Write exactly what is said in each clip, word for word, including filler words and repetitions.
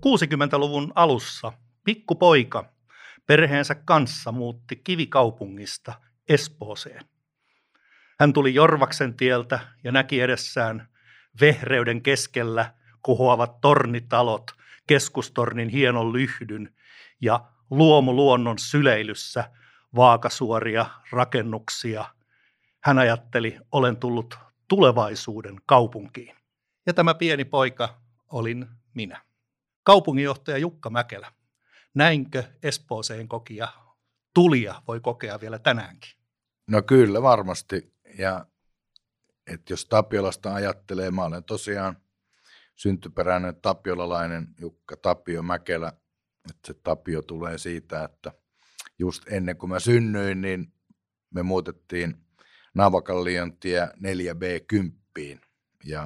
kuusikymmentäluvun alussa pikkupoika perheensä kanssa muutti kivikaupungista Espooseen. Hän tuli Jorvaksen tieltä ja näki edessään vehreyden keskellä kohoavat tornitalot, keskustornin hienon lyhdyn ja luomuluonnon syleilyssä vaakasuoria rakennuksia. Hän ajatteli, olen tullut tulevaisuuden kaupunkiin. Ja tämä pieni poika olin minä. Kaupunginjohtaja Jukka Mäkelä. Näinkö Espooseen kokija tulia voi kokea vielä tänäänkin? No kyllä varmasti. Ja että jos Tapiolasta ajattelee, mä olen tosiaan syntyperäinen tapiolalainen Jukka Tapio Mäkelä. Että se Tapio tulee siitä, että just ennen kuin mä synnyin, niin me muutettiin Naavakallion tie neljä B kymmenen. Ja,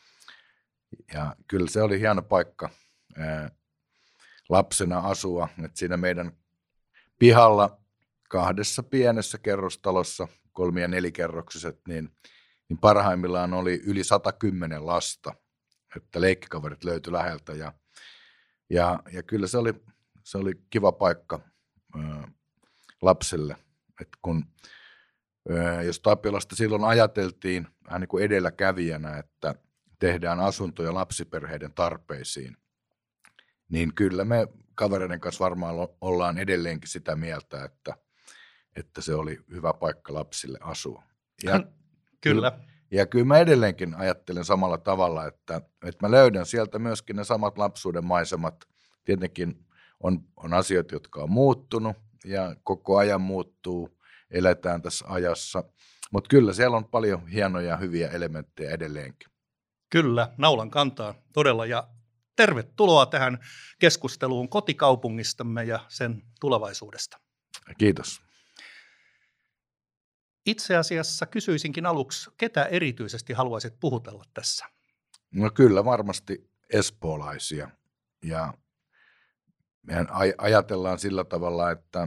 ja kyllä se oli hieno paikka ää, lapsena asua. Että siinä meidän pihalla kahdessa pienessä kerrostalossa, kolmi- ja nelikerroksiset, niin, niin parhaimmillaan oli yli sata kymmenen lasta, että leikkikaverit löytyi läheltä ja, ja, ja kyllä se oli, se oli kiva paikka ää, lapselle, että kun ää, jos Tapiolasta silloin ajateltiin vähän niin kuin edelläkävijänä, että tehdään asuntoja lapsiperheiden tarpeisiin, niin kyllä me kavereiden kanssa varmaan ollaan edelleenkin sitä mieltä, että, että se oli hyvä paikka lapsille asua. Ja Kyllä. Ja kyllä mä edelleenkin ajattelen samalla tavalla, että, että mä löydän sieltä myöskin ne samat lapsuuden maisemat. Tietenkin on, on asioita, jotka on muuttunut ja koko ajan muuttuu, eletään tässä ajassa. Mutta kyllä siellä on paljon hienoja ja hyviä elementtejä edelleenkin. Kyllä, naulan kantaa todella ja tervetuloa tähän keskusteluun kotikaupungistamme ja sen tulevaisuudesta. Kiitos. Itse asiassa kysyisinkin aluksi, ketä erityisesti haluaisit puhutella tässä? No kyllä varmasti espoolaisia ja mehän aj- ajatellaan sillä tavalla, että,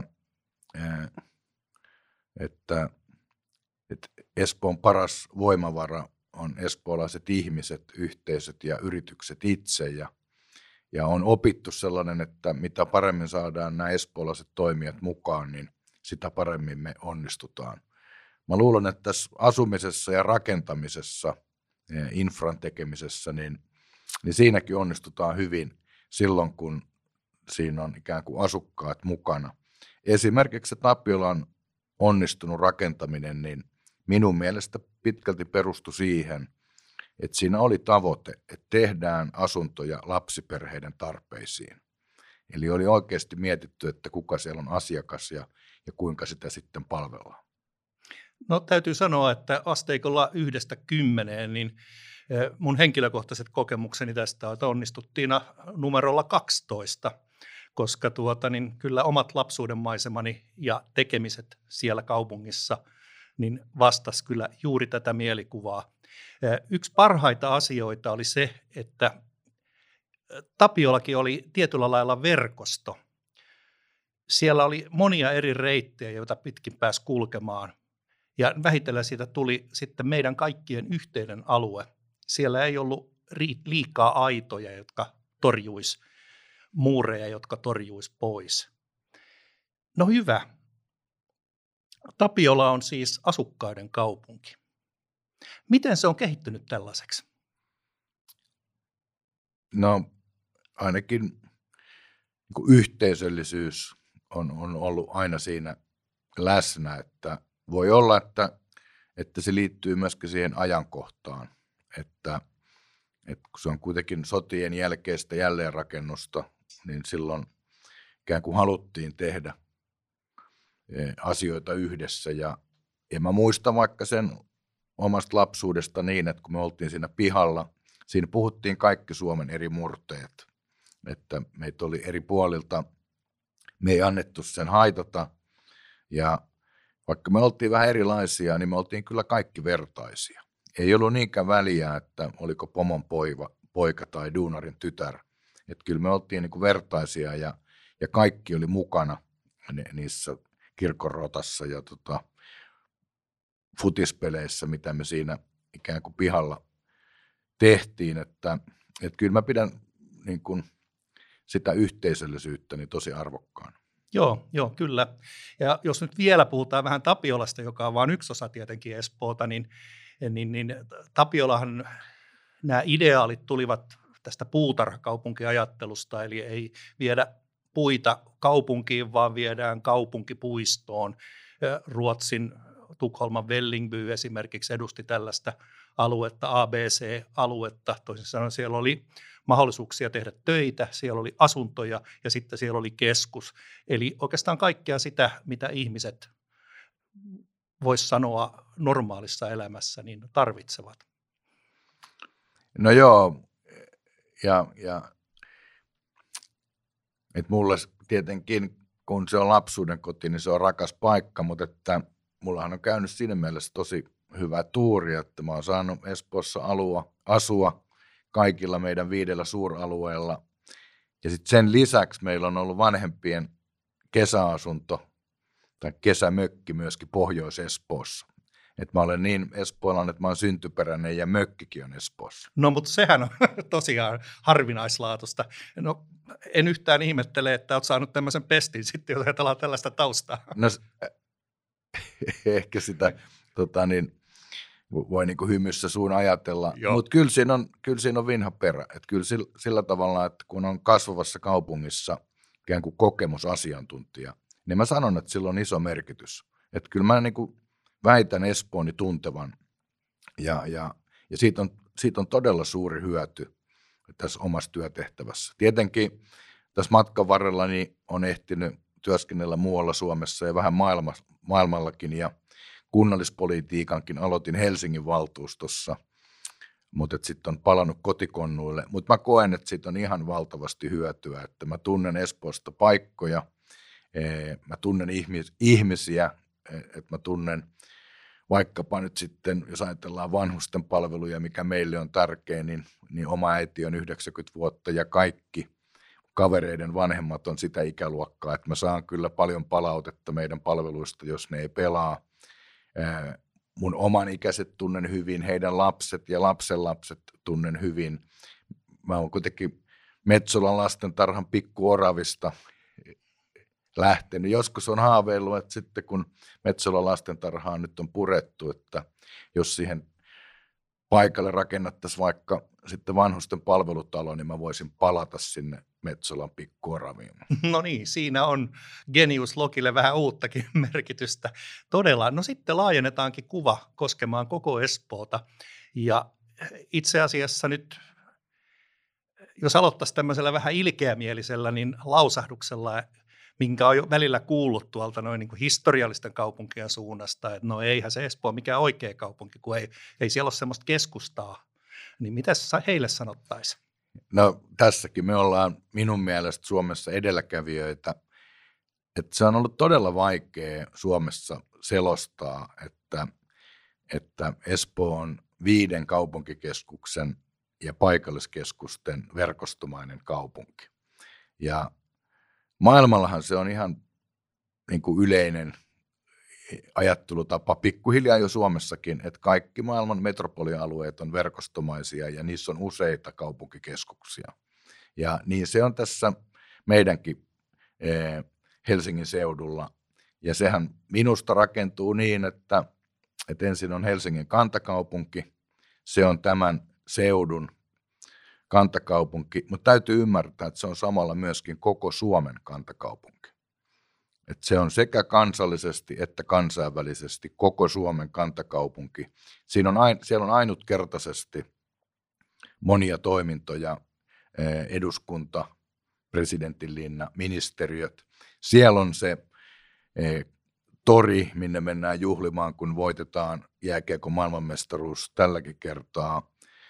että, että Espoon paras voimavara on espoolaiset ihmiset, yhteisöt ja yritykset itse ja, ja on opittu sellainen, että mitä paremmin saadaan nämä espoolaiset toimijat mukaan, niin sitä paremmin me onnistutaan. Mä luulen, että tässä asumisessa ja rakentamisessa, infran tekemisessä, niin, niin siinäkin onnistutaan hyvin silloin, kun siinä on ikään kuin asukkaat mukana. Esimerkiksi se Tapiolan onnistunut rakentaminen, niin minun mielestä pitkälti perustui siihen, että siinä oli tavoite, että tehdään asuntoja lapsiperheiden tarpeisiin. Eli oli oikeasti mietitty, että kuka siellä on asiakas ja, ja kuinka sitä sitten palvellaan. No täytyy sanoa, että asteikolla yhdestä kymmeneen, niin mun henkilökohtaiset kokemukseni tästä on, että onnistuttiin numerolla kaksitoista, koska tuota, niin kyllä omat lapsuuden maisemani ja tekemiset siellä kaupungissa niin vastasi kyllä juuri tätä mielikuvaa. Yksi parhaita asioita oli se, että Tapiolakin oli tietyllä lailla verkosto. Siellä oli monia eri reittejä, joita pitkin pääsi kulkemaan. Ja vähitellen siitä tuli sitten meidän kaikkien yhteinen alue. Siellä ei ollut liikaa aitoja, jotka torjuisi muureja, jotka torjuisi pois. No hyvä. Tapiola on siis asukkaiden kaupunki. Miten se on kehittynyt tällaiseksi? No ainakin niin kuin yhteisöllisyys on, on ollut aina siinä läsnä, että voi olla, että, että se liittyy myöskin siihen ajankohtaan, että, että kun se on kuitenkin sotien jälkeistä jälleenrakennusta, niin silloin ikään kuin haluttiin tehdä asioita yhdessä. Ja, ja mä muistan vaikka sen omasta lapsuudesta niin, että kun me oltiin siinä pihalla, siinä puhuttiin kaikki Suomen eri murteet, että meitä oli eri puolilta, me ei annettu sen haitata ja vaikka me oltiin vähän erilaisia, niin me oltiin kyllä kaikki vertaisia. Ei ollut niinkään väliä, että oliko pomon poiva, poika tai duunarin tytär. Että kyllä me oltiin niin kuin vertaisia ja, ja kaikki oli mukana niissä kirkonrotassa ja tota, futispeleissä, mitä me siinä ikään kuin pihalla tehtiin. Että, että kyllä mä pidän niin kuin sitä yhteisöllisyyttä niin tosi arvokkaana. Joo, joo, kyllä. Ja jos nyt vielä puhutaan vähän Tapiolasta, joka on vain yksi osa tietenkin Espoota, niin, niin, niin Tapiolahan nämä ideaalit tulivat tästä puutarhakaupunkiajattelusta, eli ei viedä puita kaupunkiin, vaan viedään kaupunkipuistoon. Ruotsin Tukholman Vällingby esimerkiksi edusti tällaista aluetta, A B C-aluetta. Toisin sanoen siellä oli mahdollisuuksia tehdä töitä, siellä oli asuntoja ja sitten siellä oli keskus. Eli oikeastaan kaikkea sitä, mitä ihmiset vois sanoa normaalissa elämässä, niin tarvitsevat. No joo, ja, ja et mulle tietenkin, kun se on lapsuuden koti, niin se on rakas paikka, mutta että mullahan on käynyt siinä mielessä tosi hyvä tuuri, että mä oon saanut Espoossa alua, asua kaikilla meidän viidellä suuralueella. Ja sitten sen lisäksi meillä on ollut vanhempien kesäasunto tai kesämökki myöskin Pohjois-Espoossa. Että mä olen niin espoolainen, että mä oon syntyperäinen ja mökkikin on Espoossa. No mutta sehän on tosiaan harvinaislaatusta. No en yhtään ihmettele, että oot saanut tämmöisen pestin sitten, jos ajatellaan tällaista taustaa. No ehkä sitä tota niin, voi niinku hymyssä suun ajatella, mutta kyllä siinä on, kyllä siinä on vinha perä. Et kyllä sillä, sillä tavalla, että kun on kasvavassa kaupungissa ikään kuin kokemusasiantuntija, niin mä sanon, että sillä on iso merkitys. Että kyllä mä niinku väitän Espooni tuntevan ja, ja, ja siitä, on, siitä on todella suuri hyöty tässä omassa työtehtävässä. Tietenkin tässä matkan varrella niin on ehtinyt työskennellä muualla Suomessa ja vähän maailma, maailmallakin ja kunnallispolitiikankin aloitin Helsingin valtuustossa, mutta sitten on palannut kotikonnuille. Mutta mä koen, että siitä on ihan valtavasti hyötyä, että mä tunnen Espoosta paikkoja, mä tunnen ihmis, ihmisiä, että mä tunnen vaikkapa nyt sitten, jos ajatellaan vanhusten palveluja, mikä meille on tärkeä, niin, niin oma äiti on yhdeksänkymmentä vuotta ja kaikki kavereiden vanhemmat on sitä ikäluokkaa, että mä saan kyllä paljon palautetta meidän palveluista, jos ne ei pelaa. Mun oman ikäiset tunnen hyvin, heidän lapset ja lapsenlapset tunnen hyvin. Mä oon kuitenkin Metsolan lastentarhan pikkuoravista lähtenyt. Joskus on haaveillut, että sitten kun Metsolan lastentarhaa nyt on purettu, että jos siihen paikalle rakennettaisiin vaikka sitten vanhusten palvelutalo, niin mä voisin palata sinne Metsolan pikkuoraviin. No niin, siinä on Genius Logille vähän uuttakin merkitystä. Todella, no sitten laajennetaankin kuva koskemaan koko Espoota. Ja itse asiassa nyt, jos aloittaisi tämmöisellä vähän ilkeämielisellä, niin lausahduksella, minkä on jo välillä kuullut tuolta noin niin kuin historiallisten kaupunkien suunnasta, että no eihän se Espoo mikään oikea kaupunki, kun ei, ei siellä ole semmoista keskustaa. Niin mitä heille sanottaisiin? No tässäkin me ollaan minun mielestä Suomessa edelläkävijöitä, että se on ollut todella vaikea Suomessa selostaa, että, että Espoo on viiden kaupunkikeskuksen ja paikalliskeskusten verkostomainen kaupunki. Ja maailmallahan se on ihan niin kuin yleinen ajattelutapa pikkuhiljaa jo Suomessakin, että kaikki maailman metropolialueet on verkostomaisia ja niissä on useita kaupunkikeskuksia. Ja niin se on tässä meidänkin eh, Helsingin seudulla. Ja sehän minusta rakentuu niin, että, että ensin on Helsingin kantakaupunki, se on tämän seudun kantakaupunki, mutta täytyy ymmärtää, että se on samalla myöskin koko Suomen kantakaupunki. Että se on sekä kansallisesti että kansainvälisesti koko Suomen kantakaupunki. Siinä on, siellä on ainutkertaisesti monia toimintoja, eduskunta, presidentinlinna, ministeriöt. Siellä on se tori, minne mennään juhlimaan, kun voitetaan jääkiekon maailmanmestaruus tälläkin kertaa.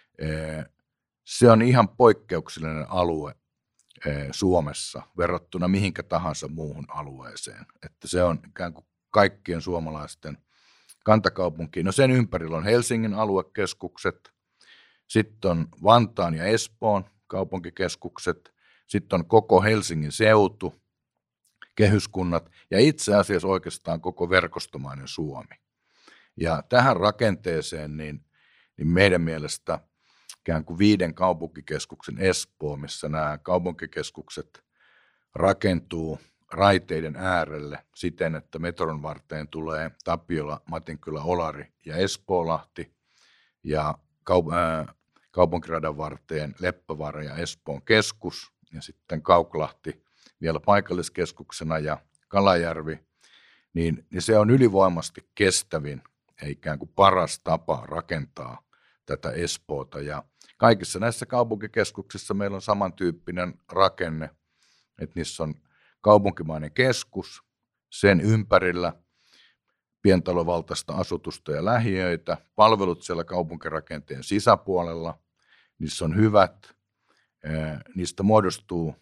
Se on ihan poikkeuksellinen alue Suomessa verrattuna mihinkä tahansa muuhun alueeseen. Että se on ikään kuin kaikkien suomalaisten kantakaupunki. No sen ympärillä on Helsingin aluekeskukset, sitten on Vantaan ja Espoon kaupunkikeskukset, sitten on koko Helsingin seutu, kehyskunnat ja itse asiassa oikeastaan koko verkostomainen Suomi. Ja tähän rakenteeseen niin, niin meidän mielestä ikään kuin viiden kaupunkikeskuksen Espoo, missä nämä kaupunkikeskukset rakentuu raiteiden äärelle siten, että metron varteen tulee Tapiola, Matinkylä, Olari ja Espoolahti ja kaup- ää, kaupunkiradan varteen Leppävaara ja Espoon keskus ja sitten Kauklahti vielä paikalliskeskuksena ja Kalajärvi, niin, niin se on ylivoimasti kestävin ja ikään kuin paras tapa rakentaa tätä Espoota. Ja kaikissa näissä kaupunkikeskuksissa meillä on samantyyppinen rakenne, että niissä on kaupunkimainen keskus, sen ympärillä pientalovaltaista asutusta ja lähiöitä, palvelut siellä kaupunkirakenteen sisäpuolella, niissä on hyvät, niistä muodostuu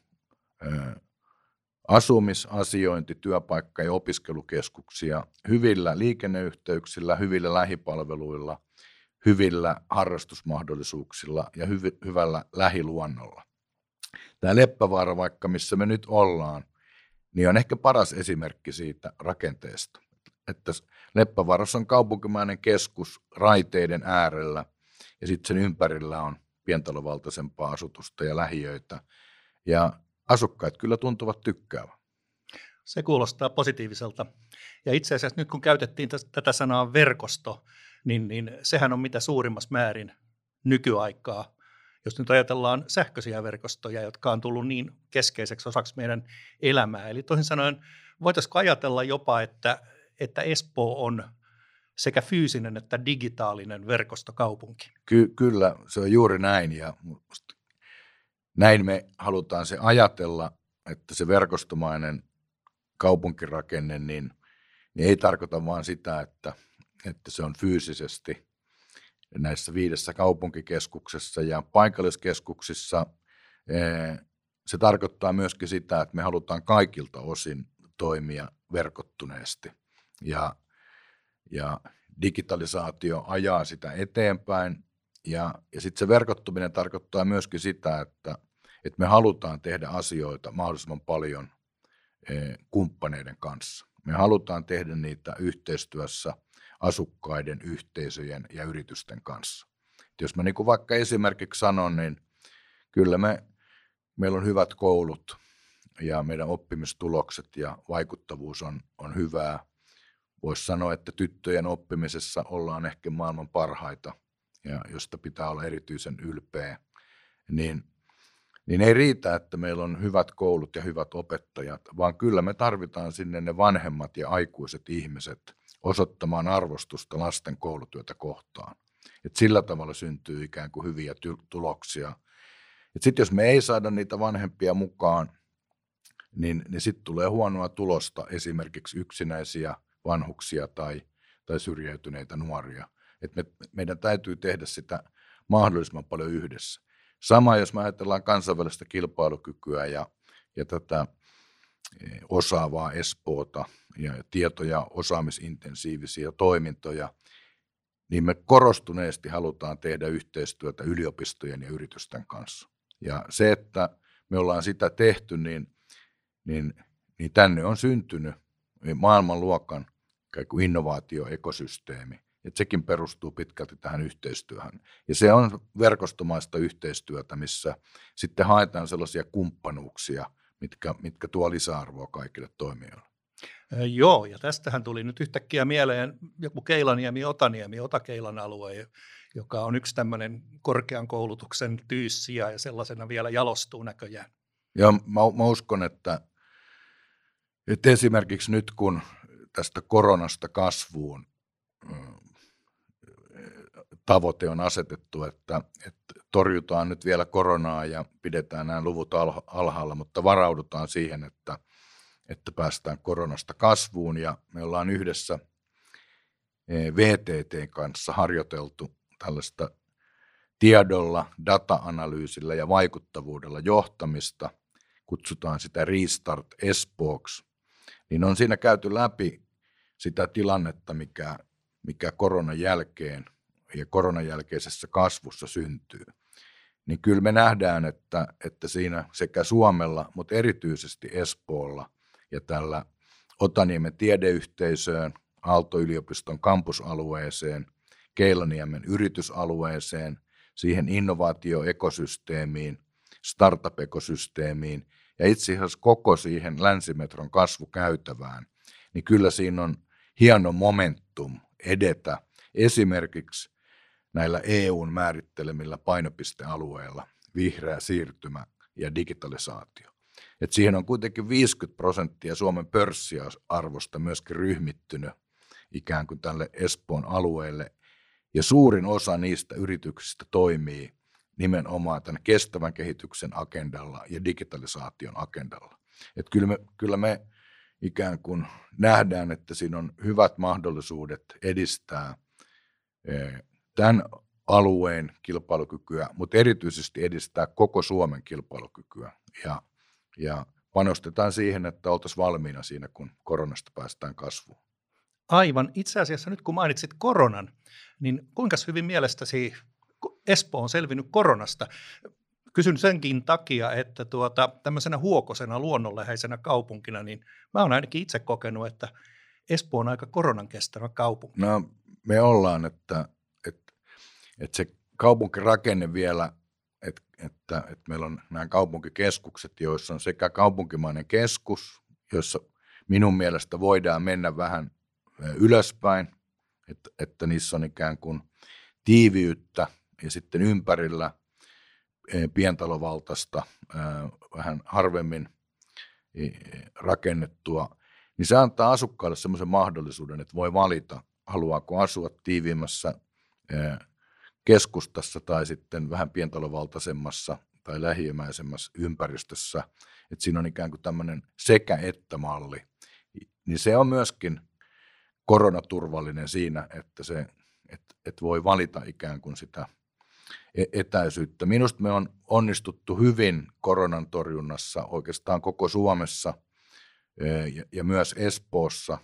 asumis-, asiointi-, työpaikka- ja opiskelukeskuksia hyvillä liikenneyhteyksillä, hyvillä lähipalveluilla, hyvillä harrastusmahdollisuuksilla ja hyvi, hyvällä lähiluonnolla. Tämä Leppävaara, vaikka missä me nyt ollaan, niin on ehkä paras esimerkki siitä rakenteesta. Että Leppävaarassa on kaupunkimainen keskus raiteiden äärellä ja sitten sen ympärillä on pientalovaltaisempaa asutusta ja lähiöitä. Ja asukkaat kyllä tuntuvat tykkäävän. Se kuulostaa positiiviselta. Ja itse asiassa nyt kun käytettiin tätä sanaa verkosto, niin, niin sehän on mitä suurimmassa määrin nykyaikaa. Jos nyt ajatellaan sähköisiä verkostoja, jotka on tullut niin keskeiseksi osaksi meidän elämää. Eli toisin sanoen, voitaisiinko ajatella jopa, että, että Espoo on sekä fyysinen että digitaalinen verkostokaupunki? Ky- kyllä, se on juuri näin. Ja näin me halutaan se ajatella, että se verkostomainen kaupunkirakenne niin, niin ei tarkoita vain sitä, että, että se on fyysisesti näissä viidessä kaupunkikeskuksessa ja paikalliskeskuksissa. Se tarkoittaa myöskin sitä, että me halutaan kaikilta osin toimia verkottuneesti ja, ja digitalisaatio ajaa sitä eteenpäin. Ja, ja sitten se verkottuminen tarkoittaa myöskin sitä, että, että me halutaan tehdä asioita mahdollisimman paljon eh, kumppaneiden kanssa. Me halutaan tehdä niitä yhteistyössä asukkaiden, yhteisöjen ja yritysten kanssa. Et jos mä niin kuin vaikka esimerkiksi sanon, niin kyllä me, meillä on hyvät koulut ja meidän oppimistulokset ja vaikuttavuus on, on hyvää. Voisi sanoa, että tyttöjen oppimisessa ollaan ehkä maailman parhaita, ja josta pitää olla erityisen ylpeä, niin, niin ei riitä, että meillä on hyvät koulut ja hyvät opettajat, vaan kyllä me tarvitaan sinne ne vanhemmat ja aikuiset ihmiset osoittamaan arvostusta lasten koulutyötä kohtaan. Et sillä tavalla syntyy ikään kuin hyviä ty- tuloksia. Sitten jos me ei saada niitä vanhempia mukaan, niin, niin sitten tulee huonoa tulosta, esimerkiksi yksinäisiä vanhuksia tai, tai syrjäytyneitä nuoria. Et me, meidän täytyy tehdä sitä mahdollisimman paljon yhdessä. Sama, jos me ajatellaan kansainvälistä kilpailukykyä ja, ja tätä osaavaa Espoota ja tieto- ja osaamisintensiivisiä toimintoja, niin me korostuneesti halutaan tehdä yhteistyötä yliopistojen ja yritysten kanssa. Ja se, että me ollaan sitä tehty, niin, niin, niin tänne on syntynyt maailmanluokan innovaatioekosysteemi. Että sekin perustuu pitkälti tähän yhteistyöhön. Ja se on verkostomaista yhteistyötä, missä sitten haetaan sellaisia kumppanuuksia, mitkä, mitkä tuo lisäarvoa kaikille toimijoille. Joo, ja tästähän tuli nyt yhtäkkiä mieleen joku Keilaniemi, Otaniemi, Otakeilan alue, joka on yksi tämmöinen korkean koulutuksen tyyssiä ja sellaisena vielä jalostuu näköjään. Ja mä, mä uskon, että, että esimerkiksi nyt kun tästä koronasta kasvuun tavoite on asetettu, että, että torjutaan nyt vielä koronaa ja pidetään nämä luvut alhaalla, mutta varaudutaan siihen, että, että päästään koronasta kasvuun. Ja me ollaan yhdessä V T T:n kanssa harjoiteltu tällaista tiedolla, data-analyysillä ja vaikuttavuudella johtamista, kutsutaan sitä Restart Espooksi, niin on siinä käyty läpi sitä tilannetta, mikä, mikä koronan jälkeen ja koronan jälkeisessä kasvussa syntyy. Niin kyllä me nähdään, että, että siinä sekä Suomella, mutta erityisesti Espoolla ja tällä Otaniemen tiedeyhteisöön, Aalto-yliopiston kampusalueeseen, Keilaniemen yritysalueeseen siihen innovaatioekosysteemiin, startup-ekosysteemiin ja itse asiassa koko siihen Länsimetron kasvukäytävään, niin kyllä siinä on hieno momentum edetä esimerkiksi näillä E U:n määrittelemillä painopistealueilla, vihreä siirtymä ja digitalisaatio. Et siihen on kuitenkin viisikymmentä prosenttia Suomen pörssiarvosta myöskin ryhmittynyt ikään kuin tälle Espoon alueelle, ja suurin osa niistä yrityksistä toimii nimenomaan tämän kestävän kehityksen agendalla ja digitalisaation agendalla. Et kyllä, me, kyllä me ikään kuin nähdään, että siinä on hyvät mahdollisuudet edistää tämän alueen kilpailukykyä, mutta erityisesti edistää koko Suomen kilpailukykyä. Ja, ja panostetaan siihen, että oltaisiin valmiina siinä, kun koronasta päästään kasvuun. Aivan. Itse asiassa nyt kun mainitsit koronan, niin kuinka hyvin mielestäsi Espoo on selvinnyt koronasta? Kysyn senkin takia, että tuota, tämmöisenä huokosena, luonnonläheisenä kaupunkina, niin mä oon ainakin itse kokenut, että Espoo on aika koronan kestävä kaupunki. No me ollaan, että, että, että se kaupunkirakenne vielä, että, että, että meillä on nämä kaupunkikeskukset, joissa on sekä kaupunkimainen keskus, jossa minun mielestä voidaan mennä vähän ylöspäin, että, että niissä on ikään kuin tiiviyttä ja sitten ympärillä pientalovaltaista, vähän harvemmin rakennettua, niin se antaa asukkaille sellaisen mahdollisuuden, että voi valita, haluaako asua tiiviimmässä keskustassa tai sitten vähän pientalovaltaisemmassa tai lähiömäisemmässä ympäristössä, että siinä on ikään kuin tämmöinen sekä-että-malli, niin se on myöskin koronaturvallinen siinä, että, se, että, että voi valita ikään kuin sitä etäisyyttä. Minusta me on onnistuttu hyvin koronan torjunnassa oikeastaan koko Suomessa ja, ja myös Espoossa.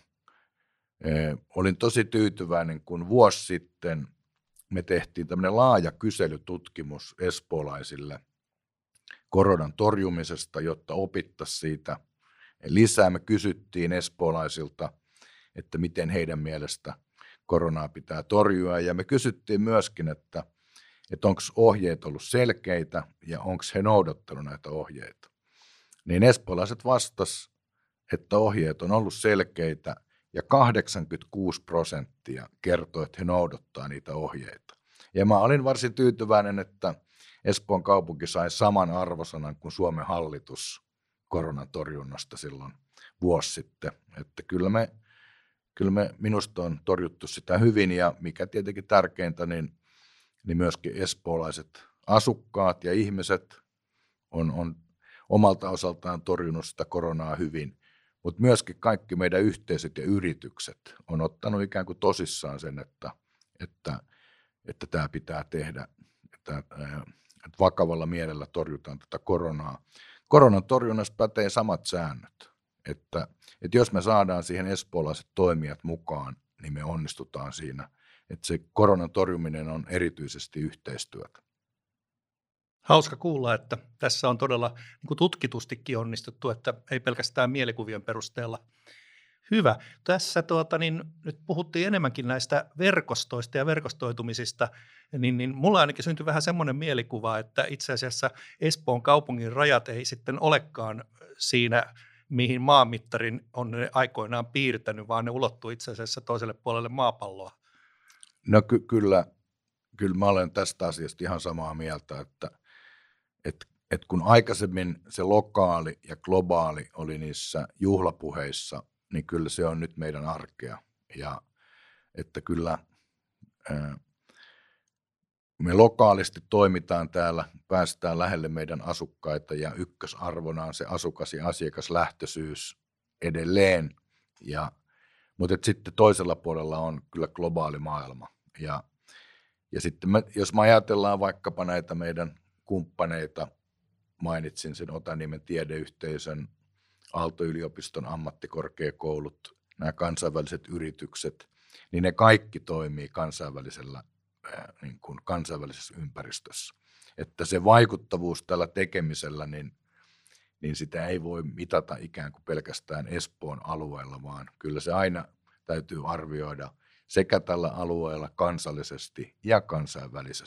Olin tosi tyytyväinen, kun vuosi sitten me tehtiin tämmöinen laaja kyselytutkimus espoolaisille koronan torjumisesta, jotta opittaisiin siitä lisää. Me kysyttiin espoolaisilta, että miten heidän mielestä koronaa pitää torjua, ja me kysyttiin myöskin, että, että onko ohjeet ollut selkeitä ja onko he noudattanut näitä ohjeita. Niin espoolaiset vastasivat, että ohjeet on ollut selkeitä ja kahdeksankymmentäkuusi prosenttia kertoi, että he noudattaa niitä ohjeita. Ja mä olin varsin tyytyväinen, että Espoon kaupunki sai saman arvosanan kuin Suomen hallitus koronan torjunnasta silloin vuosi sitten. Että kyllä me, kyllä me minusta on torjuttu sitä hyvin, ja mikä tietenkin tärkeintä, niin, niin myöskin espoolaiset asukkaat ja ihmiset on, on omalta osaltaan torjunut sitä koronaa hyvin. Mutta myöskin kaikki meidän yhteisöt ja yritykset on ottanut ikään kuin tosissaan sen, että, että, että tämä pitää tehdä, että, että vakavalla mielellä torjutaan tätä koronaa. Koronan torjunnassa pätee samat säännöt, että, että jos me saadaan siihen espoolaiset toimijat mukaan, niin me onnistutaan siinä, että se koronan torjuminen on erityisesti yhteistyötä. Hauska kuulla, että tässä on todella niin kuin tutkitustikin onnistuttu, että ei pelkästään mielikuvien perusteella. Hyvä. Tässä tuota, niin, nyt puhuttiin enemmänkin näistä verkostoista ja verkostoitumisista, niin, niin mulla ainakin syntyi vähän semmoinen mielikuva, että itse asiassa Espoon kaupungin rajat ei sitten olekaan siinä, mihin maanmittarin on ne aikoinaan piirtänyt, vaan ne ulottuu itse asiassa toiselle puolelle maapalloa. No ky- kyllä, kyllä mä olen tästä asiasta ihan samaa mieltä, että Et, et kun aikaisemmin se lokaali ja globaali oli niissä juhlapuheissa, niin kyllä se on nyt meidän arkea. Ja että kyllä ää, me lokaalisti toimitaan täällä, päästään lähelle meidän asukkaita, ja ykkösarvona on se asukas- ja asiakaslähtöisyys edelleen. Ja, mutta et sitten toisella puolella on kyllä globaali maailma. Ja, ja sitten me, jos me ajatellaan vaikkapa näitä meidän kumppaneita, mainitsin sen Otaniemen tiedeyhteisön, Aalto-yliopiston ammattikorkeakoulut, nämä kansainväliset yritykset, niin ne kaikki toimii kansainvälisellä, niin kuin kansainvälisessä ympäristössä. Että se vaikuttavuus tällä tekemisellä, niin, niin sitä ei voi mitata ikään kuin pelkästään Espoon alueella, vaan kyllä se aina täytyy arvioida sekä tällä alueella kansallisesti ja kansainvälisesti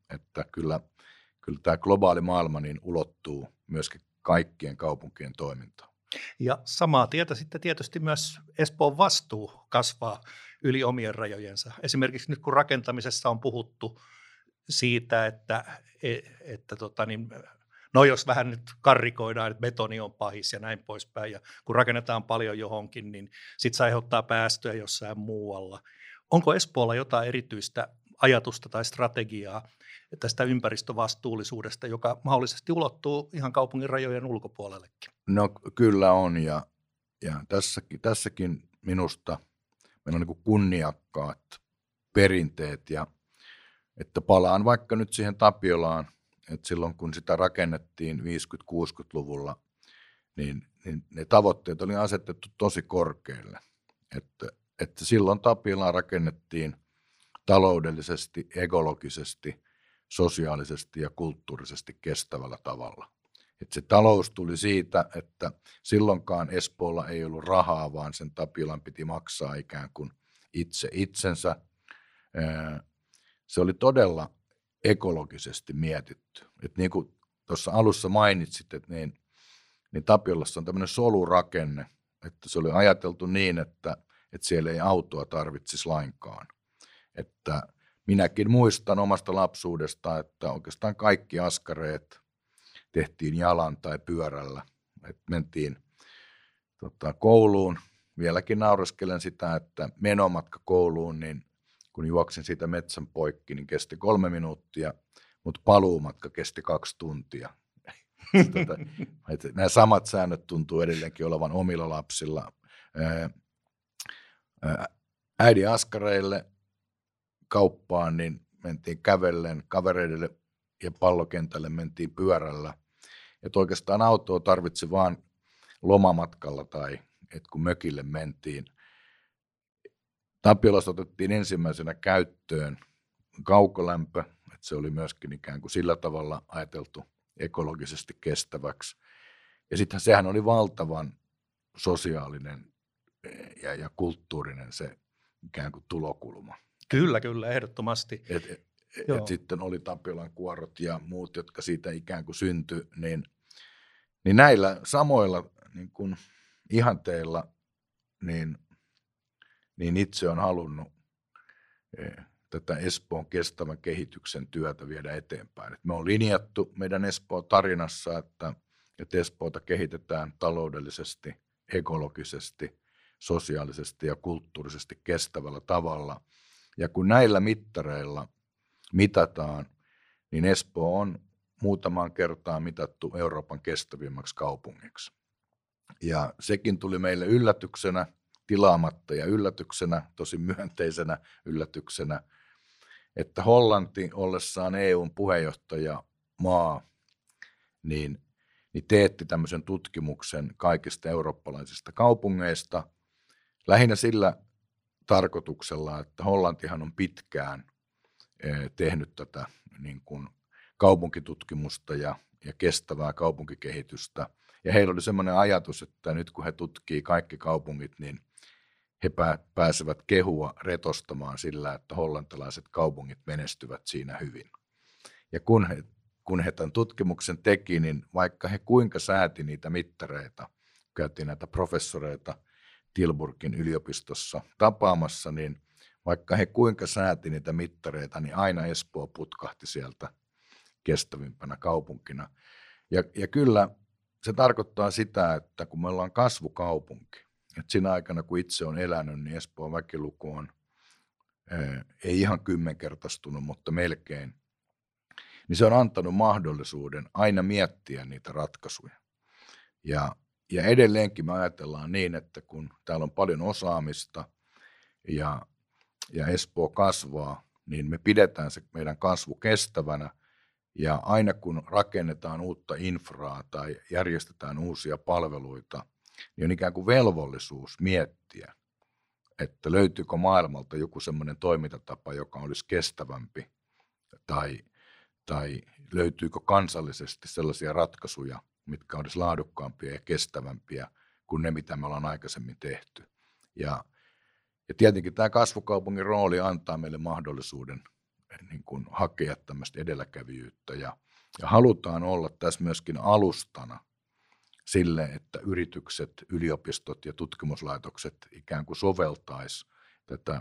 että kyllä, kyllä tämä globaali maailma niin ulottuu myöskin kaikkien kaupunkien toimintaan. Ja samaa tietä sitten tietysti myös Espoon vastuu kasvaa yli omien rajojensa. Esimerkiksi nyt kun rakentamisessa on puhuttu siitä, että, että tota niin, no jos vähän nyt karrikoidaan, että betoni on pahis ja näin poispäin, ja kun rakennetaan paljon johonkin, niin sitten se aiheuttaa päästöjä jossain muualla. Onko Espoolla jotain erityistä ajatusta tai strategiaa tästä ympäristövastuullisuudesta, joka mahdollisesti ulottuu ihan kaupungin rajojen ulkopuolellekin? No kyllä on, ja, ja tässäkin, tässäkin minusta meillä on niin kuin kunniakkaat perinteet, ja että palaan vaikka nyt siihen Tapiolaan, että silloin kun sitä rakennettiin viisikymmentä-kuusikymmentäluvulla, niin, niin ne tavoitteet oli asetettu tosi korkealle, että, että silloin Tapiolaan rakennettiin taloudellisesti, ekologisesti, sosiaalisesti ja kulttuurisesti kestävällä tavalla. Että se talous tuli siitä, että silloinkaan Espoolla ei ollut rahaa, vaan sen Tapiolan piti maksaa ikään kuin itse itsensä. Se oli todella ekologisesti mietitty. Että niin kuin tuossa alussa mainitsit, että niin, niin Tapiolassa on tämmöinen solurakenne, että se oli ajateltu niin, että, että siellä ei autoa tarvitsisi lainkaan. Että minäkin muistan omasta lapsuudesta, että oikeastaan kaikki askareet tehtiin jalan tai pyörällä. Et mentiin tota, kouluun. Vieläkin naureskelen sitä, että menomatka kouluun, niin kun juoksin siitä metsän poikki, niin kesti kolme minuuttia, mutta paluumatka kesti kaksi tuntia. Tota, nämä samat säännöt tuntuu edelleenkin olevan omilla lapsilla. Äidin askareille kauppaan, niin mentiin kävellen, kavereille ja pallokentälle mentiin pyörällä. Että oikeastaan autoa tarvitsi vaan lomamatkalla tai että kun mökille mentiin. Tapiolassa otettiin ensimmäisenä käyttöön kaukolämpö, että se oli myöskin ikään kuin sillä tavalla ajateltu ekologisesti kestäväksi. Ja sitten sehän oli valtavan sosiaalinen ja, ja kulttuurinen se ikään kuin tulokulma. Kyllä, kyllä, ehdottomasti. Et, et, et sitten oli Tapiolan kuorot ja muut, jotka siitä ikään kuin syntyi, niin, niin näillä samoilla niin kuin ihanteilla niin, niin itse on halunnut eh, tätä Espoon kestävän kehityksen työtä viedä eteenpäin. Et me on linjattu meidän Espoon tarinassa, että, että Espoota kehitetään taloudellisesti, ekologisesti, sosiaalisesti ja kulttuurisesti kestävällä tavalla. Ja kun näillä mittareilla mitataan, niin Espoo on muutamaan kertaan mitattu Euroopan kestävimmäksi kaupungiksi. Ja sekin tuli meille yllätyksenä, tilaamatta ja yllätyksenä, tosi myönteisenä yllätyksenä, että Hollanti ollessaan E U:n puheenjohtajamaa, niin, niin teetti tämmöisen tutkimuksen kaikista eurooppalaisista kaupungeista, lähinnä sillä tarkoituksella, että Hollantihan on pitkään tehnyt tätä niin kuin kaupunkitutkimusta ja, ja kestävää kaupunkikehitystä. Ja heillä oli semmoinen ajatus, että nyt kun he tutkii kaikki kaupungit, niin he pääsevät kehua retostamaan sillä, että hollantilaiset kaupungit menestyvät siinä hyvin. Ja kun he, kun he tämän tutkimuksen teki, niin vaikka he kuinka sääti niitä mittareita, käytiin näitä professoreita Tilburgin yliopistossa tapaamassa, niin vaikka he kuinka sääti niitä mittareita, niin aina Espoo putkahti sieltä kestävimpänä kaupunkina. Ja, ja kyllä se tarkoittaa sitä, että kun me ollaan kasvukaupunki, että siinä aikana kun itse on elänyt, niin Espoon väkiluku on ää, ei ihan kymmenkertaistunut, mutta melkein, niin se on antanut mahdollisuuden aina miettiä niitä ratkaisuja. Ja, ja edelleenkin me ajatellaan niin, että kun täällä on paljon osaamista ja, ja Espoo kasvaa, niin me pidetään se meidän kasvu kestävänä. Ja aina kun rakennetaan uutta infraa tai järjestetään uusia palveluita, niin on ikään kuin velvollisuus miettiä, että löytyykö maailmalta joku semmoinen toimintatapa, joka olisi kestävämpi, tai, tai löytyykö kansallisesti sellaisia ratkaisuja, mitkä olisi laadukkaampia ja kestävämpiä kuin ne, mitä me ollaan aikaisemmin tehty. Ja, ja tietenkin tämä kasvukaupungin rooli antaa meille mahdollisuuden niin kuin hakea tämmöistä edelläkävijyyttä ja, ja halutaan olla tässä myöskin alustana sille, että yritykset, yliopistot ja tutkimuslaitokset ikään kuin soveltaisi tätä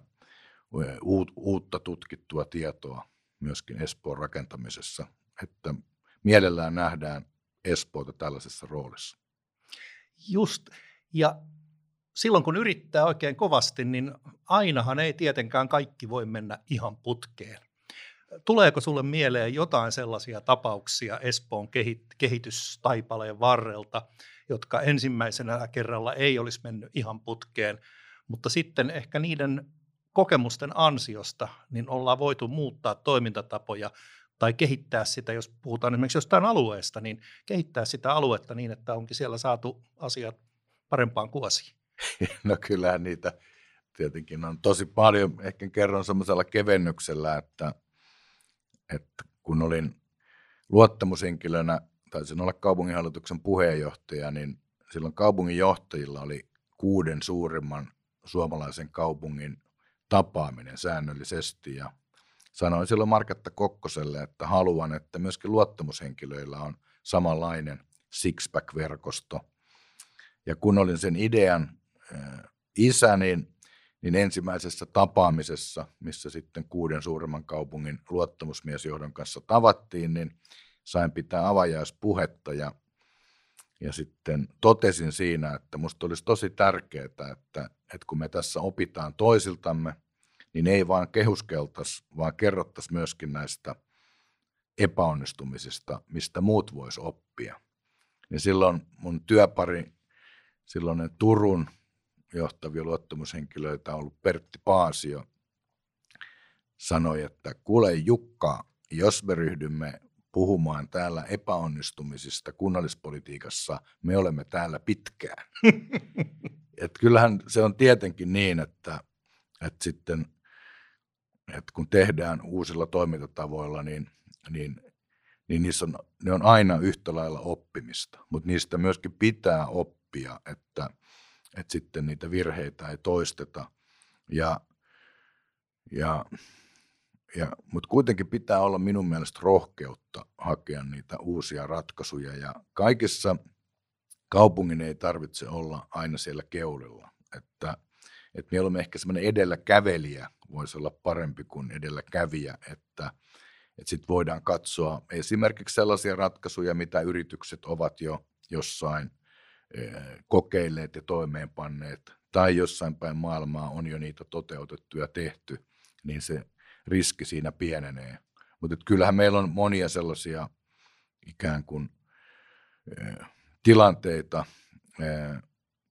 uutta tutkittua tietoa myöskin Espoon rakentamisessa, että mielellään nähdään Espoota tällaisessa roolissa. Just, ja silloin kun yrittää oikein kovasti, niin ainahan ei tietenkään kaikki voi mennä ihan putkeen. Tuleeko sulle mieleen jotain sellaisia tapauksia Espoon kehitystaipaleen varrelta, jotka ensimmäisenä kerralla ei olisi mennyt ihan putkeen, mutta sitten ehkä niiden kokemusten ansiosta niin ollaan voitu muuttaa toimintatapoja tai kehittää sitä, jos puhutaan esimerkiksi jostain alueesta, niin kehittää sitä aluetta niin, että onkin siellä saatu asiat parempaan kuosiin. No kyllähän niitä tietenkin on tosi paljon. Ehkä kerron semmoisella kevennyksellä, että, että kun olin luottamushenkilönä, taisin olla kaupunginhallituksen puheenjohtaja, niin silloin kaupunginjohtajilla oli kuuden suurimman suomalaisen kaupungin tapaaminen säännöllisesti ja sanoin silloin Marketta Kokkoselle, että haluan, että myöskin luottamushenkilöillä on samanlainen six-pack-verkosto. Ja kun olin sen idean isä, niin, niin ensimmäisessä tapaamisessa, missä sitten kuuden suurimman kaupungin luottamusmiesjohdon kanssa tavattiin, niin sain pitää avajaispuhetta ja, ja sitten totesin siinä, että musta olisi tosi tärkeää, että, että kun me tässä opitaan toisiltamme, niin ei vaan kehuskeltaisi, vaan kerrottaisiin myöskin näistä epäonnistumisista, mistä muut vois oppia. Ja silloin mun työpari, silloinen Turun johtavia luottamushenkilöitä ollut Pertti Paasio, sanoi, että kuule Jukka, jos me ryhdymme puhumaan täällä epäonnistumisista kunnallispolitiikassa, me olemme täällä pitkään. Et kyllähän se on tietenkin niin, että, että sitten että kun tehdään uusilla toimintatavoilla, niin, niin, niin niissä on, ne on aina yhtä lailla oppimista, mutta niistä myöskin pitää oppia, että, että sitten niitä virheitä ei toisteta. Ja, ja, ja, mutta kuitenkin pitää olla minun mielestä rohkeutta hakea niitä uusia ratkaisuja, ja kaikissa kaupungin ei tarvitse olla aina siellä keulilla, että, että mieluummin ehkä semmoinen edelläkävelijä voisi olla parempi kuin edelläkävijä, että, että sitten voidaan katsoa esimerkiksi sellaisia ratkaisuja, mitä yritykset ovat jo jossain kokeilleet ja toimeenpanneet, tai jossain päin maailmaa on jo niitä toteutettu ja tehty, niin se riski siinä pienenee. Mutta kyllähän meillä on monia sellaisia ikään kuin äh, tilanteita, äh,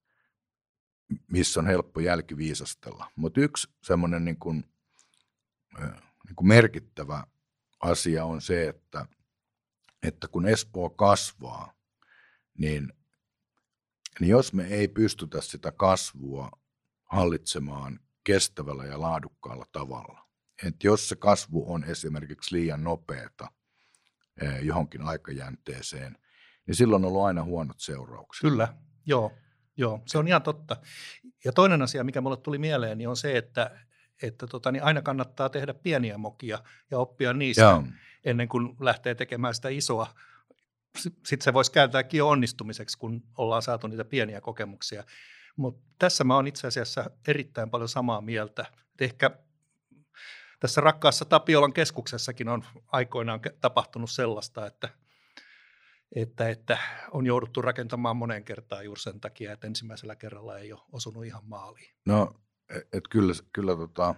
missä on helppo jälkiviisastella. Mutta yksi semmoinen niin kuin, äh, niin kuin merkittävä asia on se, että, että kun Espoo kasvaa, niin Niin jos me ei pystytä sitä kasvua hallitsemaan kestävällä ja laadukkaalla tavalla, että jos se kasvu on esimerkiksi liian nopeata johonkin aikajänteeseen, niin silloin on ollut aina huonot seuraukset. Kyllä, joo, joo, se on ihan totta. Ja toinen asia, mikä mulle tuli mieleen, niin on se, että, että tota, niin aina kannattaa tehdä pieniä mokia ja oppia niistä joo. ennen kuin lähtee tekemään sitä isoa. Sitten se voisi kääntääkin jo onnistumiseksi, kun ollaan saatu niitä pieniä kokemuksia. Mutta tässä mä oon itse asiassa erittäin paljon samaa mieltä. Et ehkä tässä rakkaassa Tapiolan keskuksessakin on aikoinaan tapahtunut sellaista, että, että, että on jouduttu rakentamaan moneen kertaan juuri sen takia, että ensimmäisellä kerralla ei ole osunut ihan maaliin. No, että kyllä, kyllä tota,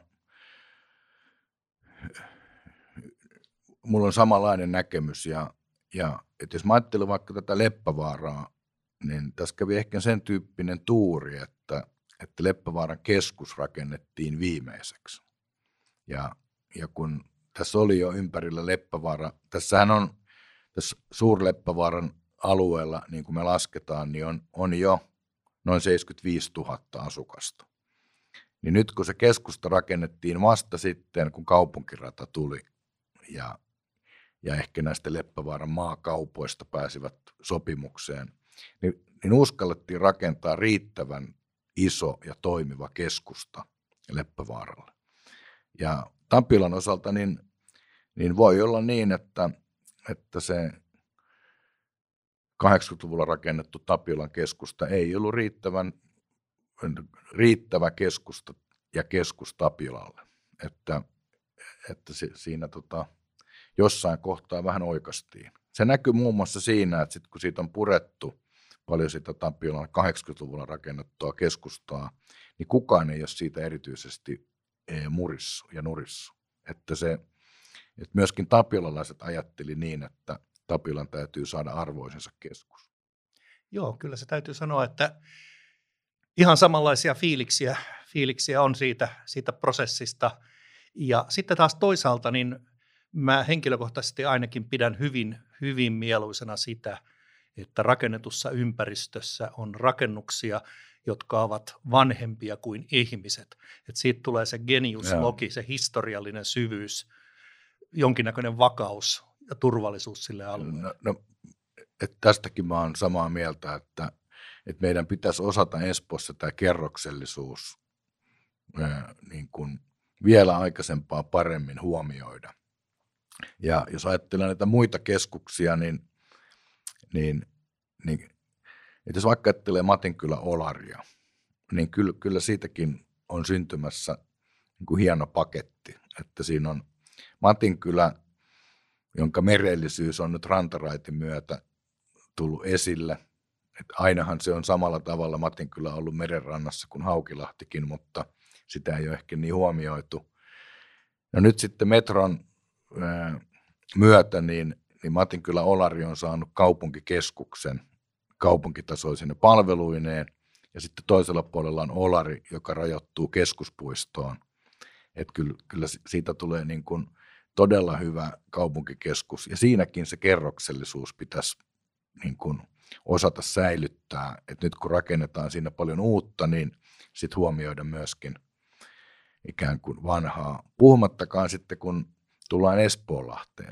mulla on samanlainen näkemys ja Ja että jos mä ajattelen vaikka tätä Leppävaaraa, niin tässä kävi ehkä sen tyyppinen tuuri, että, että Leppävaaran keskus rakennettiin viimeiseksi. Ja, ja kun tässä oli jo ympärillä Leppävaara, tässähän on tässä Suur-Leppävaaran alueella, niin kuin me lasketaan, niin on, on jo noin seitsemänkymmentäviisituhatta asukasta. Niin nyt kun se keskusta rakennettiin vasta sitten, kun kaupunkirata tuli ja ja ehkä näistä Leppävaaran maakaupoista pääsivät sopimukseen, niin, niin uskallettiin rakentaa riittävän iso ja toimiva keskusta Leppävaaralle. Ja Tapiolan osalta niin niin voi olla niin, että, että se kahdeksankymmentäluvulla rakennettu Tapiolan keskusta ei ollut riittävän, riittävä keskusta ja keskus Tapiolalle. Että, että se, siinä tota, jossain kohtaa vähän oikastiin. Se näkyy muun muassa siinä, että sit kun siitä on purettu paljon sitä Tapiolan kahdeksankymmentäluvulla rakennettua keskustaa, niin kukaan ei ole siitä erityisesti murissu ja nurissu. Että, se, että myöskin tapiolalaiset ajatteli niin, että Tapiolan täytyy saada arvoisensa keskus. Joo, kyllä se täytyy sanoa, että ihan samanlaisia fiiliksiä, fiiliksiä on siitä, siitä prosessista. Ja sitten taas toisaalta, niin mä henkilökohtaisesti ainakin pidän hyvin, hyvin mieluisena sitä, että rakennetussa ympäristössä on rakennuksia, jotka ovat vanhempia kuin ihmiset. Että siitä tulee se geniuslogi, se historiallinen syvyys, jonkinnäköinen vakaus ja turvallisuus sille alueelle. No, no, että tästäkin mä oon samaa mieltä, että, että meidän pitäisi osata Espoossa tämä kerroksellisuus ää, niin kuin vielä aikaisempaa paremmin huomioida. Ja jos ajattelee näitä muita keskuksia, niin, niin, niin että jos vaikka ajattelee Matinkylän Olaria, niin kyllä, kyllä siitäkin on syntymässä niin kuin hieno paketti, että siinä on Matinkylä, jonka merellisyys on nyt rantaraitin myötä tullut esille. Että ainahan se on samalla tavalla Matinkylä ollut merenrannassa kuin Haukilahtikin, mutta sitä ei ole ehkä niin huomioitu. No nyt sitten metron ää, myötä niin, niin Matinkylän Olari on saanut kaupunkikeskuksen kaupunkitasoisine palveluineen, ja sitten toisella puolella on Olari, joka rajoittuu keskuspuistoon. Että kyllä, kyllä siitä tulee niin kuin todella hyvä kaupunkikeskus, ja siinäkin se kerroksellisuus pitäisi niin kuin osata säilyttää. Et nyt kun rakennetaan siinä paljon uutta, niin sitten huomioida myöskin ikään kuin vanhaa. Puhumattakaan sitten, kun tullaan Espoonlahteen.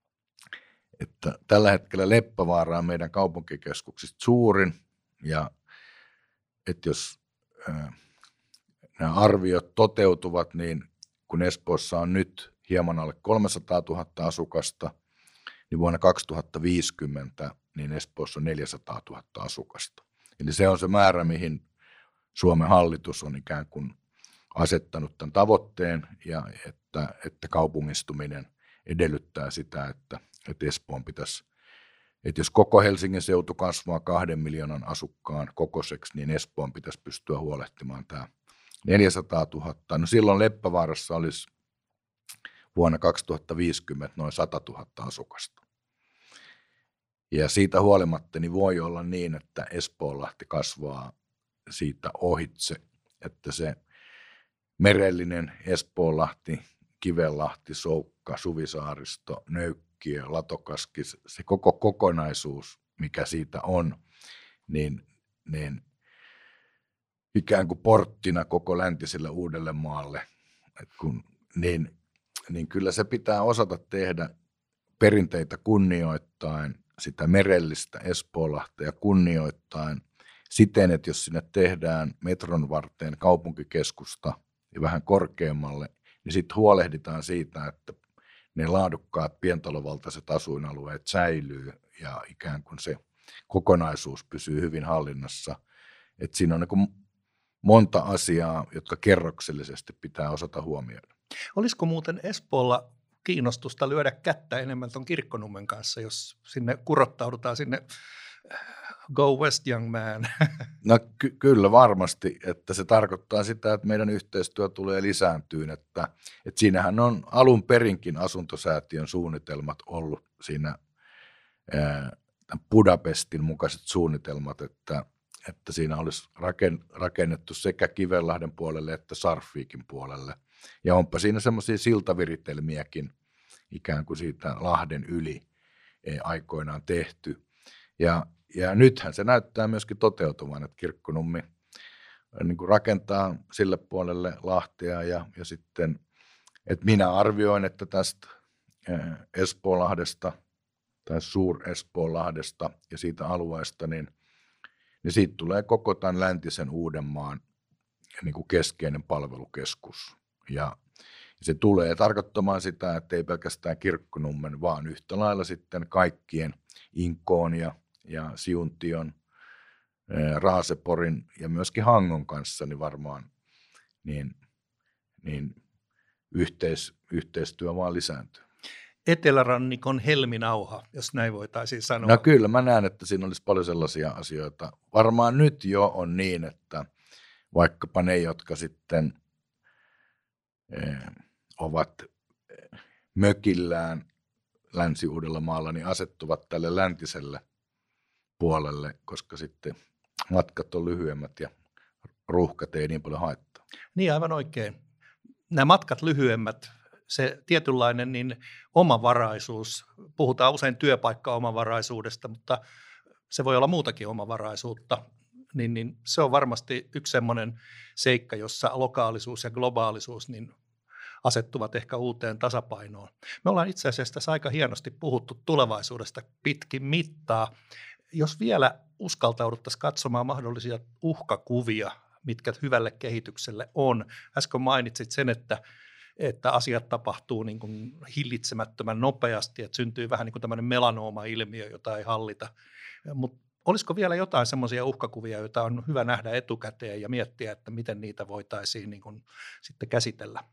Että tällä hetkellä Leppävaara on meidän kaupunkikeskuksista suurin, ja että jos ää, nämä arviot toteutuvat, niin kun Espoossa on nyt hieman alle kolmesataatuhatta asukasta, niin vuonna kaksituhattaviisikymmentä niin Espoossa on neljäsataatuhatta asukasta. Eli se on se määrä, mihin Suomen hallitus on ikään kuin asettanut tämän tavoitteen, ja että, että kaupungistuminen edellyttää sitä, että, että Espoon pitäisi, että jos koko Helsingin seutu kasvaa kahden miljoonan asukkaan kokoiseksi, niin Espoon pitäisi pystyä huolehtimaan tämä neljäsataatuhatta. No silloin Leppävaarassa olisi vuonna kaksituhattaviisikymmentä noin satatuhatta asukasta. Ja siitä huolimatta niin voi olla niin, että Espoonlahti kasvaa siitä ohitse, että se merellinen Espoonlahti, Kivenlahti, Soukka, Suvisaaristo, Nöykkiö, Latokaski, se koko kokonaisuus, mikä siitä on, niin, niin ikään kuin porttina koko läntiselle Uudellemaalle, että kun, niin, niin kyllä se pitää osata tehdä perinteitä kunnioittaen, sitä merellistä Espoonlahtea kunnioittaen, siten, että jos sinne tehdään metron varteen kaupunkikeskusta ja vähän korkeammalle, niin sitten huolehditaan siitä, että ne laadukkaat pientalovaltaiset asuinalueet säilyy ja ikään kuin se kokonaisuus pysyy hyvin hallinnassa. Et siinä on niin monta asiaa, jotka kerroksellisesti pitää osata huomioida. Olisiko muuten Espoolla kiinnostusta lyödä kättä enemmän tuon Kirkkonummen kanssa, jos sinne kurottaudutaan sinne Go West Young Man? No ky- kyllä varmasti, että se tarkoittaa sitä, että meidän yhteistyö tulee lisääntyyn, että, että siinähän on alun perinkin asuntosäätiön suunnitelmat ollut siinä ää, Budapestin mukaiset suunnitelmat, että, että siinä olisi raken, rakennettu sekä Kivenlahden puolelle että Sarfviikin puolelle. Ja onpa siinä semmoisia siltaviritelmiäkin ikään kuin siitä Lahden yli aikoinaan tehty. Ja, ja nythän se näyttää myöskin toteutuvan, että Kirkkonummi niin kuin rakentaa sille puolelle Lahtea ja, ja sitten, että minä arvioin, että tästä Espoonlahdesta tai Suur-Espoonlahdesta ja siitä alueesta, niin, niin siitä tulee koko tämän läntisen Uudenmaan niin kuin keskeinen palvelukeskus. Ja, Se tulee tarkoittamaan sitä, että ei pelkästään Kirkkonummen, vaan yhtä lailla sitten kaikkien Inkoon ja, ja Siuntion, Raaseporin ja myöskin Hangon kanssa niin varmaan niin, niin yhteis, yhteistyö vaan lisääntyy. Etelärannikon helminauha, jos näin voitaisiin sanoa. No kyllä, mä näen, että siinä olisi paljon sellaisia asioita. Varmaan nyt jo on niin, että vaikkapa ne, jotka sitten eh, ovat mökillään Länsi-Uudellamaalla, niin asettuvat tälle läntiselle puolelle, koska sitten matkat on lyhyemmät ja ruuhkat ei niin paljon haittaa. Niin, aivan oikein. Nämä matkat lyhyemmät, se tietynlainen niin omavaraisuus, puhutaan usein työpaikka-omavaraisuudesta, mutta se voi olla muutakin omavaraisuutta, niin, niin se on varmasti yksi semmoinen seikka, jossa lokaalisuus ja globaalisuus niin asettuvat ehkä uuteen tasapainoon. Me ollaan itse asiassa tässä aika hienosti puhuttu tulevaisuudesta pitkin mittaa. Jos vielä uskaltauduttaisiin katsomaan mahdollisia uhkakuvia, mitkä hyvälle kehitykselle on. Äsken mainitsit sen, että, että asiat tapahtuu niin kuin hillitsemättömän nopeasti, että syntyy vähän niin kuin tämmöinen melanooma-ilmiö, jota ei hallita. Mutta olisiko vielä jotain semmoisia uhkakuvia, joita on hyvä nähdä etukäteen ja miettiä, että miten niitä voitaisiin niin kuin sitten käsitellä?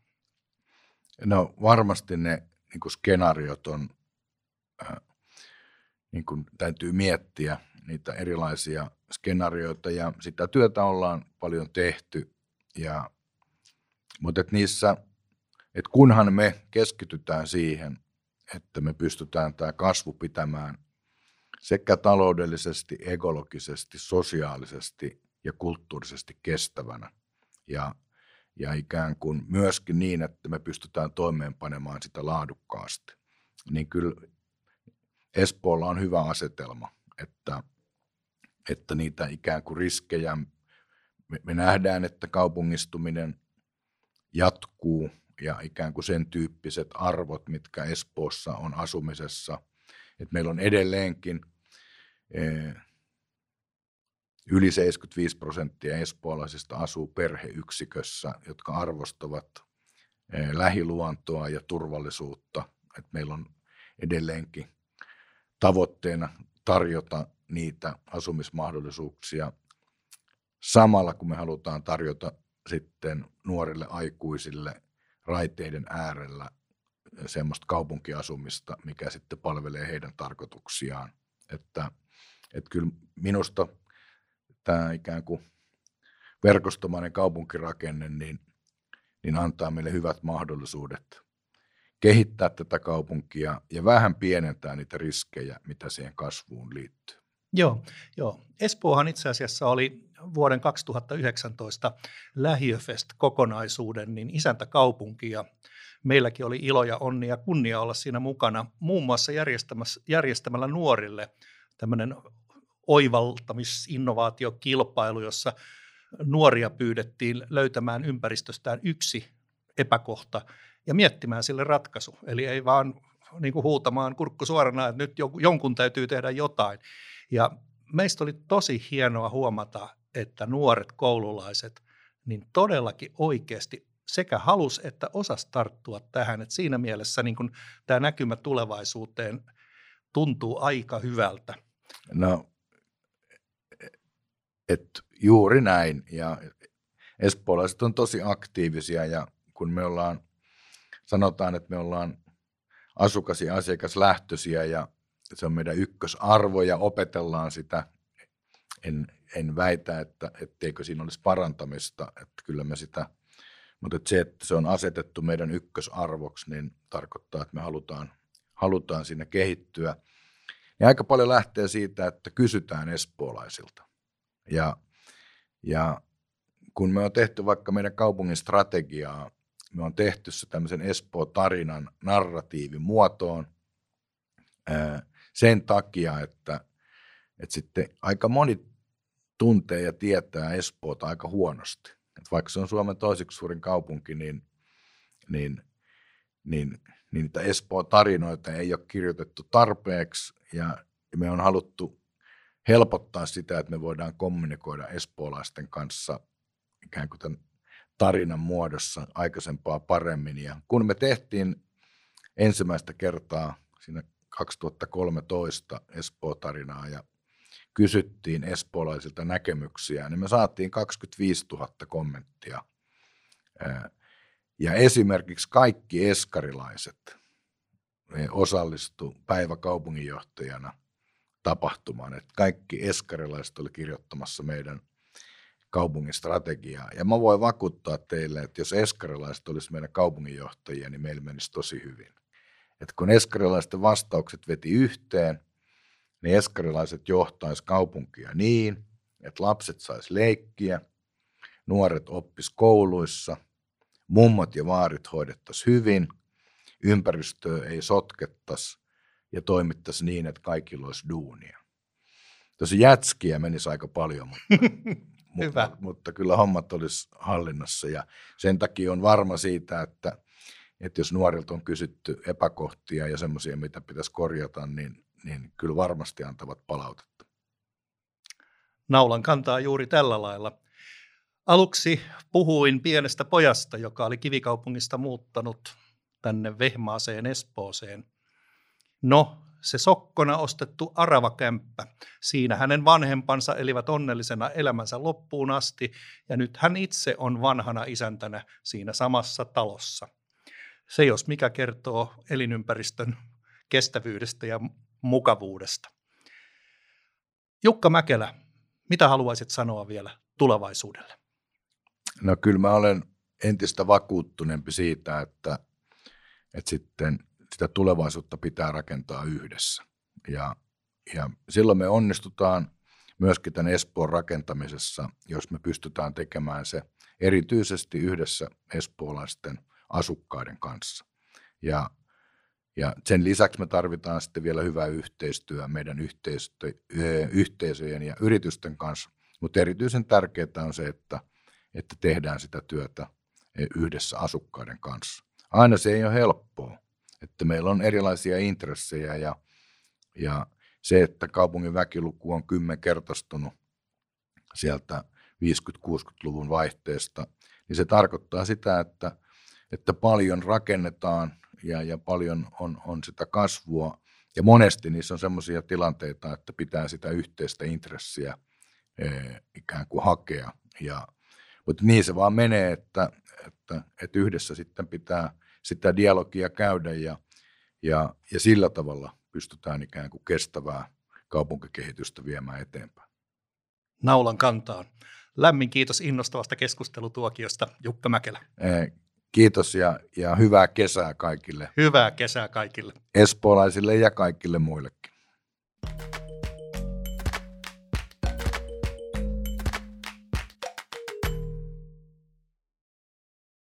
No varmasti ne niin kuin skenaariot on, äh, niin kuin täytyy miettiä niitä erilaisia skenaarioita ja sitä työtä ollaan paljon tehty. Ja, mutta et niissä, et kunhan me keskitytään siihen, että me pystytään tämä kasvu pitämään sekä taloudellisesti, ekologisesti, sosiaalisesti ja kulttuurisesti kestävänä ja ja ikään kuin myöskin niin, että me pystytään toimeenpanemaan sitä laadukkaasti. Niin kyllä Espoolla on hyvä asetelma, että, että niitä ikään kuin riskejä, me, me nähdään, että kaupungistuminen jatkuu ja ikään kuin sen tyyppiset arvot, mitkä Espoossa on asumisessa, että meillä on edelleenkin eh, yli seitsemänkymmentäviisi prosenttia espoolaisista asuu perheyksikössä, jotka arvostavat lähiluontoa ja turvallisuutta. Et meillä on edelleenkin tavoitteena tarjota niitä asumismahdollisuuksia samalla, kun me halutaan tarjota sitten nuorille aikuisille raiteiden äärellä semmoista kaupunkiasumista, mikä sitten palvelee heidän tarkoituksiaan. Että, että kyllä minusta tämä ikään kuin verkostomainen kaupunkirakenne niin, niin antaa meille hyvät mahdollisuudet kehittää tätä kaupunkia ja vähän pienentää niitä riskejä, mitä siihen kasvuun liittyy. Joo, joo. Espoohan itse asiassa oli vuoden kaksituhattayhdeksäntoista Lähiöfest-kokonaisuuden niin isäntäkaupunki ja meilläkin oli ilo ja onni ja kunnia olla siinä mukana muun muassa järjestämällä nuorille tämmöinen oivaltamisinnovaatiokilpailu, jossa nuoria pyydettiin löytämään ympäristöstään yksi epäkohta ja miettimään sille ratkaisu. Eli ei vaan niin kuin huutamaan kurkku suorana, että nyt jonkun täytyy tehdä jotain. Ja meistä oli tosi hienoa huomata, että nuoret koululaiset niin todellakin oikeasti sekä halus että osasi tarttua tähän. Et siinä mielessä niin kun tämä näkymä tulevaisuuteen tuntuu aika hyvältä. No, et juuri näin. Ja espoolaiset on tosi aktiivisia ja kun me ollaan, sanotaan, että me ollaan asukas- ja asiakaslähtöisiä ja se on meidän ykkösarvo ja opetellaan sitä. En, en väitä, että etteikö siinä olisi parantamista, että kyllä me sitä, mutta että se, että se on asetettu meidän ykkösarvoksi, niin tarkoittaa, että me halutaan, halutaan siinä kehittyä. Ja aika paljon lähtee siitä, että kysytään espoolaisilta. Ja, ja kun me on tehty vaikka meidän kaupungin strategiaa, me on tehty se tämmöisen Espoo-tarinan narratiivin muotoon ää, sen takia, että, että sitten aika moni tuntee ja tietää Espoota aika huonosti. Et vaikka se on Suomen toiseksi suurin kaupunki, niin, niin, niin, niin niitä Espoo-tarinoita ei ole kirjoitettu tarpeeksi ja me on haluttu helpottaa sitä, että me voidaan kommunikoida espoolaisten kanssa ikään kuin tämän tarinan muodossa aikaisempaa paremmin. Ja kun me tehtiin ensimmäistä kertaa siinä kaksituhattakolmetoista Espoo-tarinaa ja kysyttiin espoolaisilta näkemyksiä, niin me saatiin kaksikymmentäviisituhatta kommenttia. Ja esimerkiksi kaikki eskarilaiset osallistu päiväkaupunginjohtajana tapahtumaan, että kaikki eskarilaiset oli kirjoittamassa meidän kaupungin strategiaa. Ja mä voin vakuuttaa teille, että jos eskarilaiset olisi meidän kaupunginjohtajia, niin meillä menisi tosi hyvin. Että kun eskarilaisten vastaukset veti yhteen, niin eskarilaiset johtaisi kaupunkia niin, että lapset sais leikkiä, nuoret oppis kouluissa, mummot ja vaarit hoidettaisiin hyvin, ympäristöä ei sotkettaisi ja toimittaisiin niin, että kaikilla olisi duunia. Tosi jätskiä menisi aika paljon, mutta, mutta, mutta kyllä hommat olisi hallinnassa ja sen takia on varma siitä, että, että jos nuorilta on kysytty epäkohtia ja semmoisia, mitä pitäisi korjata, niin, niin kyllä varmasti antavat palautetta. Naulan kantaa juuri tällä lailla. Aluksi puhuin pienestä pojasta, joka oli kivikaupungista muuttanut tänne Vehmaaseen Espooseen. No, se sokkona ostettu aravakämppä. Siinä hänen vanhempansa elivät onnellisena elämänsä loppuun asti, ja nyt hän itse on vanhana isäntänä siinä samassa talossa. Se jos mikä kertoo elinympäristön kestävyydestä ja mukavuudesta. Jukka Mäkelä, mitä haluaisit sanoa vielä tulevaisuudelle? No kyllä mä olen entistä vakuuttuneempi siitä, että, että sitten sitä tulevaisuutta pitää rakentaa yhdessä. Ja, ja silloin me onnistutaan myöskin tämän Espoon rakentamisessa, jos me pystytään tekemään se erityisesti yhdessä espoolaisten asukkaiden kanssa. Ja, ja sen lisäksi me tarvitaan sitten vielä hyvää yhteistyöä meidän yhteisöjen ja yritysten kanssa, mutta erityisen tärkeää on se, että, että tehdään sitä työtä yhdessä asukkaiden kanssa. Aina se ei ole helppoa, että meillä on erilaisia intressejä ja, ja se, että kaupungin väkiluku on kymmenkertaistunut sieltä viisikymmentä-kuusikymmentäluvun vaihteesta, niin se tarkoittaa sitä, että, että paljon rakennetaan ja, ja paljon on, on sitä kasvua ja monesti niissä on sellaisia tilanteita, että pitää sitä yhteistä intressiä eh, ikään kuin hakea. Ja, mutta niin se vaan menee, että, että, että yhdessä sitten pitää sitä dialogia käydä ja, ja, ja sillä tavalla pystytään ikään kuin kestävää kaupunkikehitystä viemään eteenpäin. Naulan kantaan. Lämmin kiitos innostavasta keskustelutuokiosta, Jukka Mäkelä. Kiitos ja, ja hyvää kesää kaikille. Hyvää kesää kaikille. Espoolaisille ja kaikille muillekin.